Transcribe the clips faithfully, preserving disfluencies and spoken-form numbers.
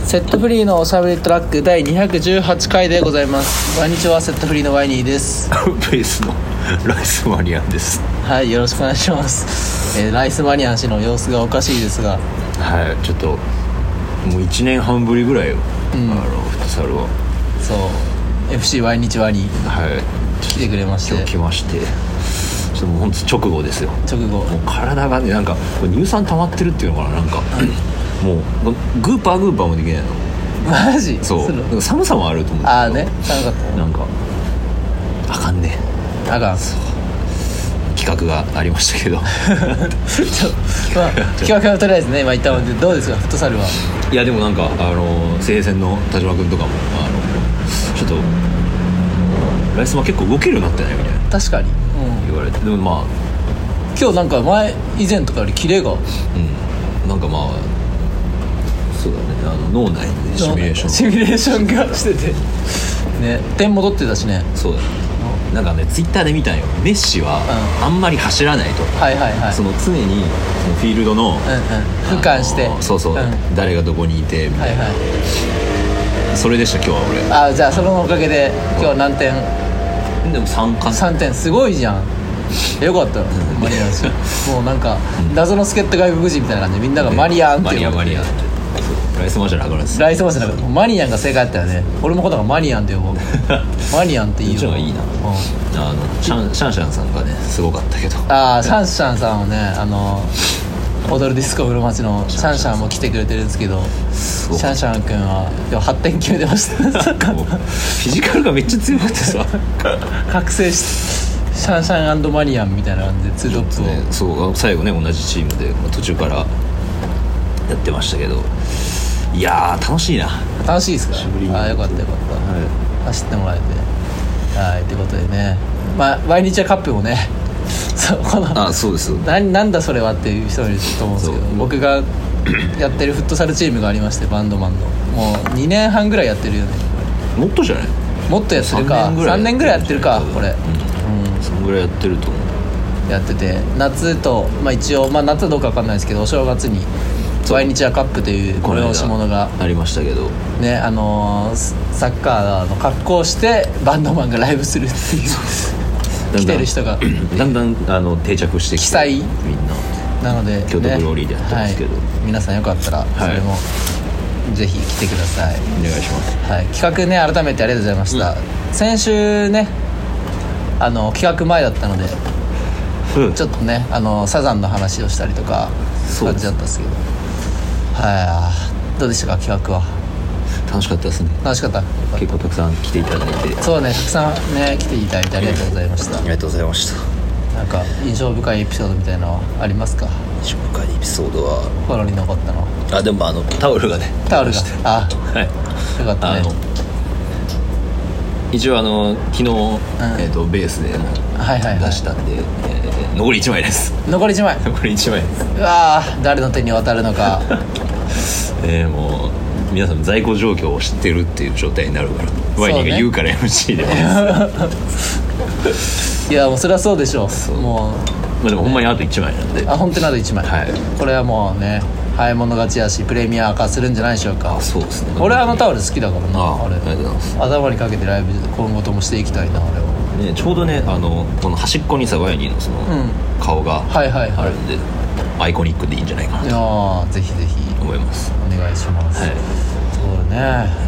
セットフリーのおしゃべりトラックだいにひゃくじゅうはちかいでございます。こんにちは、セットフリーのワイニーです。 ベースのライスマニアンです。 はい、よろしくお願いします。えー、ライスマニアン氏の様子がおかしいですが、 はい、ちょっともういちねんはんぶりぐらいよ、うん、あのフットサルはそう エフシー ワイニチワニはい来てくれまして、 今日来まして、ちょっともうほんと直後ですよ。 直後もう体がね、なんか乳酸溜まってるっていうのかな、なんかもうグーパーグーパーもできないの。 マジ？ そう寒さもあると思う。 ああね、寒かった。 なんかあかんねあかん。 企画がありましたけどちょ、 まあ、企画はとりあえずね、まあ、一旦どうですかフットサルは。 いやでもなんかあの西平線の田島君とかもあのちょっとライスマ結構動けるようになってないみたいな確かに、うん、 言われて、でもまあ今日なんか前以前とかよりキレがうんなんかまあそうだね、あの脳内でシミュレーションシミュレーションがしててね、点も取ってたしね。 そうだね、なんかねツイッターで見たんよ。メッシはあんまり走らないと、うん、 はいはいはい、 その常にそのフィールドの、うんうん、 俯瞰してそうそう、うん、誰がどこにいてみたいな、はいはい、それでした今日は俺。 あ、じゃあそのおかげで今日何点？ でもさんかさんてん、すごいじゃん。よかったよマリアン氏もうなんか謎の助っ人外国人みたいな感じでみんながマリアンって言う、 マリアンマリアンってライスマじゃなくなるんです。 ライスマじゃなくてマリアンが正解だったよね。俺もことがマリアンって呼ぼうマリアンっていいよ。 そっちの方がいいな、うん、あのシャンシャンシャンさんがねすごかったけど、 ああシャンシャンさんをね、あの踊るディスコ室町のシャンシャンも来てくれてるんですけど、シャンシャン君は今日はってんきゅう出ましたフィジカルがめっちゃ強くてさ覚醒してシャンシャン&マリアンみたいな感じでツートップを、 ね、そう最後ね同じチームで途中からやってましたけど、いやー楽しいな。 楽しいですか？ああよかったよかった、はい、走ってもらえて、はいということでね、まあ毎日はカップもねそうこのあそうですな、なんだそれはっていう人もいると思うんですけど、僕がやってるフットサルチームがありまして、バンドマンのもうにねんはんぐらいやってるよね。 もっとじゃない？ もっとやってるか、さんねんぐらいやってるかこれ、 うん、そんぐらいやってると思う。 やってて夏と、まあ、一応、まあ、夏はどうか分かんないですけどお正月に毎日はカップという催し物がありましたけどね、あのー、サッカーの格好をしてバンドマンがライブするっていう来てる人がだんだんあの定着してきて記載みんななので、ね、 京都グローリーでやってますけど、はい、 皆さんよかったらそれも、はい、ぜひ来てください。 お願いします、 はい、企画ね改めてありがとうございました、うん、先週ねあの企画前だったので、うん、ちょっとねあのサザンの話をしたりとか感じだったんですけど、はい、どうでしたか企画は。 楽しかったですね。 楽しかった。 結構たくさん来ていただいて、 そうね、たくさんね来ていただいてありがとうございました。 ありがとうございました。 なんか印象深いエピソードみたいなのはありますか？ 印象深いエピソードは心に残ったの。 あでもあのタオルがねタオルがあ、はい、よかったね。あの一応あの昨日、うんえー、とベースでも出したんで、はいはいはいえー、残りいちまいです。 残りいちまい残りいちまいです。 うわ誰の手に渡るのかえー、もう皆さん在庫状況を知ってるっていう状態になるから、ワイニーが言うから エムシー でいやもうそれはそうでしょう。もう、 まあ、でもほんまにあといちまいなんで、 あ本当にあといちまい、はい、これはもうね早い者勝ちやしプレミア化するんじゃないでしょうか。 あそうですね。 俺はあのタオル好きだからな。 あ, あれありがとうございます。 頭にかけてライブ今後ともしていきたいなあれは、 ね、ちょうどねあのこの端っこにさワイニーのその、うん、顔があるんで、はいはいはい、アイコニックでいいんじゃないかなと。いやぜひぜひ思います。 お願いします、はい、そうだね、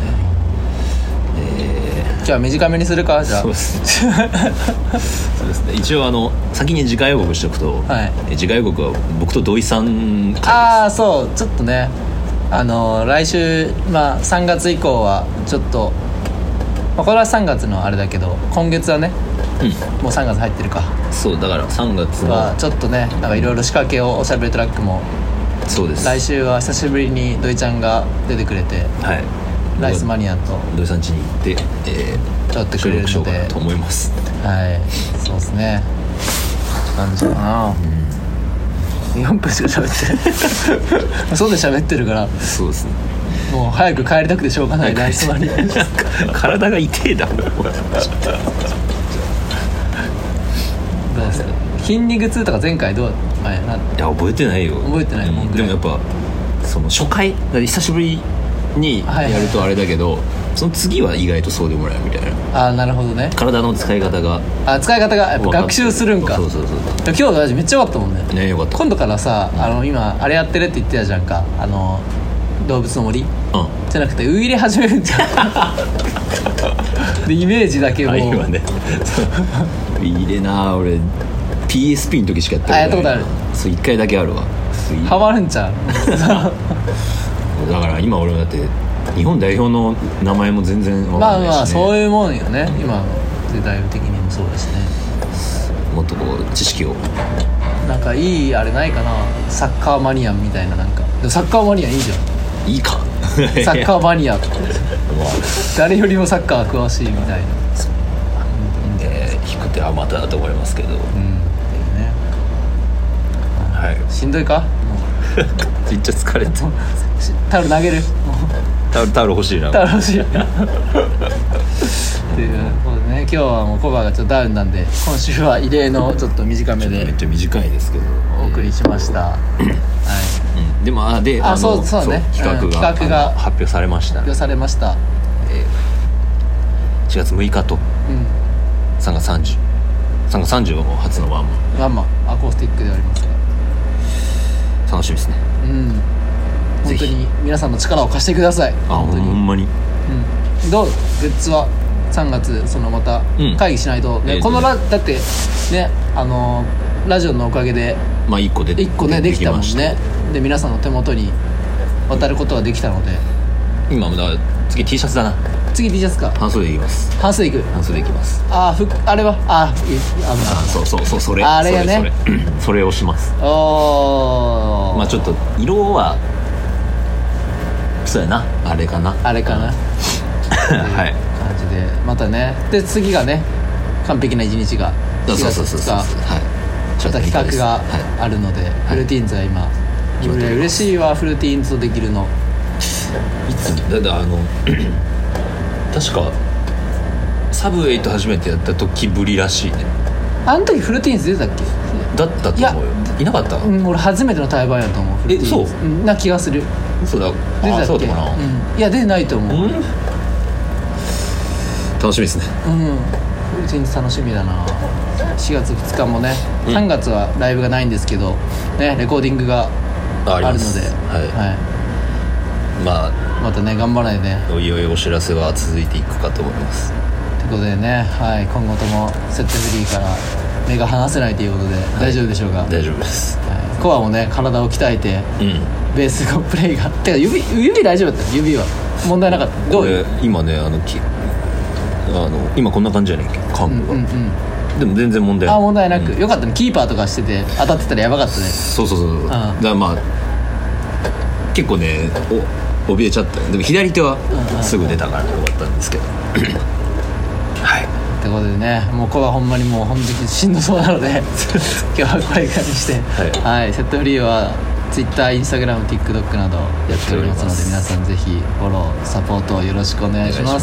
えー、じゃあ短めにするか。じゃあそうですそうですね。一応あの先に次回予告しておくと、はい、次回予告は僕と土井さん会です。 ああそうちょっとねあの来週、まあ、さんがつ以降はちょっと、まあ、これはさんがつのあれだけど今月はね、うん、もうさんがつ入ってるか。 そうだからさんがつはちょっとねなんかいろいろ仕掛けをおしゃべりトラックもそうです。 来週は久しぶりに土井ちゃんが出てくれて、はい、ライスマニアンと土井さん家に行って、えー、 ちょっとくれるので収録しようかなと思います。 はいそうですね。感じかな、うん、よんぷんしか喋ってそうで喋ってるからそうですね。 もう早く帰りたくてしょうがないライスマニアン体が痛えだろどうですか筋肉痛とか前回どう前ないや覚えてないよ。 覚えてないもんぐらい。 でもやっぱその初回だ久しぶりにやるとあれだけど、はいはい、その次は意外とそうでもないみたいな。 ああなるほどね。 体の使い方があ使い方がやっぱ学習するんか。 そうそうそう今日のラジオめっちゃ良かったもんね。 ねよかった。 今度からさ、あの今あれやってるって言ってたじゃんか、あの動物の森、うん、じゃなくてウイイレ始めるんじゃんでイメージだけもう今ねウイイレな俺 ピーエスピー の時しかやったことない。 あやったことある。 そういっかいだけあるわ。 ハマるんちゃうだから今俺だって日本代表の名前も全然分かんないし、ね、 まあまあそういうもんよね、今の時代的にもそうだしね。 もっとこう知識をなんかいいあれないかな、サッカーマニアンみたいな。なんかでもサッカーマニアンいいじゃん。 いいかサッカーマニアって誰よりもサッカー詳しいみたいな。 えー、引く手はまただと思いますけど、うんね、はい、 しんどいかめっちゃ疲れてタオル投げるタオル、タオル欲しいな。 タオル欲しいっていうことでね、今日はもうコバがちょっとダウンなんで今週は異例のちょっと短めでめっちゃ短いですけどお送りしました、はい、 うん、でもあでああのそうそうね、 企画が、 うん、企画が発表されました、ね、 発表されました、 えー、しがつむいかと、うん、さんがつさんじゅうさんがつさんじゅうはもう初のワンマンワンマンアコースティックでありますが楽しみですね。 うん本当に皆さんの力を貸してください。 あ本当にほんまに、 うん、どうグッズはさんがつそのまた会議しないと、ねうん、このラだってねあのラジオのおかげでまあいっこでいっこねできたもんね。で皆さんの手元に渡ることができたので、 今もだから次 T シャツだな。 次 T シャツか。 半袖でいきます。 半袖いく半袖いきます。 あふあれはあいああそうそうそうそれあれやねそれそれそれをします。 おまあちょっと色はそうやなあれかなあれかなはい感じでまたねで次がね完璧な一日がしがつふつかまた企画があるので、はい、フルティーンズは今、はい、嬉しいわ。フルティーンズとできるのいつだってあの確かサブウェイと初めてやった時ぶりらしいね。 あの時フルティーンズ出たっけ。 だったと思うよ。 い, いなかった、 うん、俺初めての対バンやと思う。 えそうな気がする。 そうだ出たっけ。 そうだかな、 うん、いや出てないと思う、うん、 楽しみですね。 うんフルティーンズ楽しみだな。しがつふつかもね、うん、さんがつはライブがないんですけどねレコーディングがあるので、 はい、はい、まあまたね頑張らないで、ね、 おいおいお知らせは続いていくかと思います。 ということでね、はい、今後ともセットフリーから目が離せないということで、はい、大丈夫でしょうか。 大丈夫です、 はい、コアもね体を鍛えて、うん、ベースのプレイがてか 指, 指大丈夫だった。指は問題なかった。どういう今ねあのきあの今こんな感じじゃないっけ幹部が、うんうんうん、でも全然問題あ問題なく、うん、よかったね。キーパーとかしてて当たってたらやばかったね。 そうそうそう、うん、だからまあ結構ねお怯えちゃった。でも左手はすぐ出たからよかったんですけどはいってことでねもうこれはほんまにもう本当にしんどそうなので今日はこれからにして、はいはい、セットフリーは Twitter、Instagram、TikTok などやっておりますので皆さんぜひフォローサポートよろしくお願いします。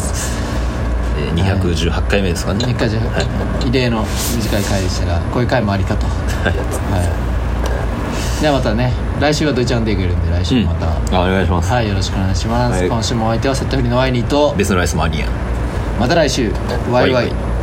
にひゃくじゅうはちかいめですかね。 にひゃくじゅうはち、はい、異例の短い回でしたがこういう回もありかと、はいはい、ではまたね来週はドイツアンデーがいるんで来週また、 うん、あお願いします。 はいよろしくお願いします、はい、今週もお相手はセットフリーのワイニーとベスのライスマニア。 また来週ワイワイ。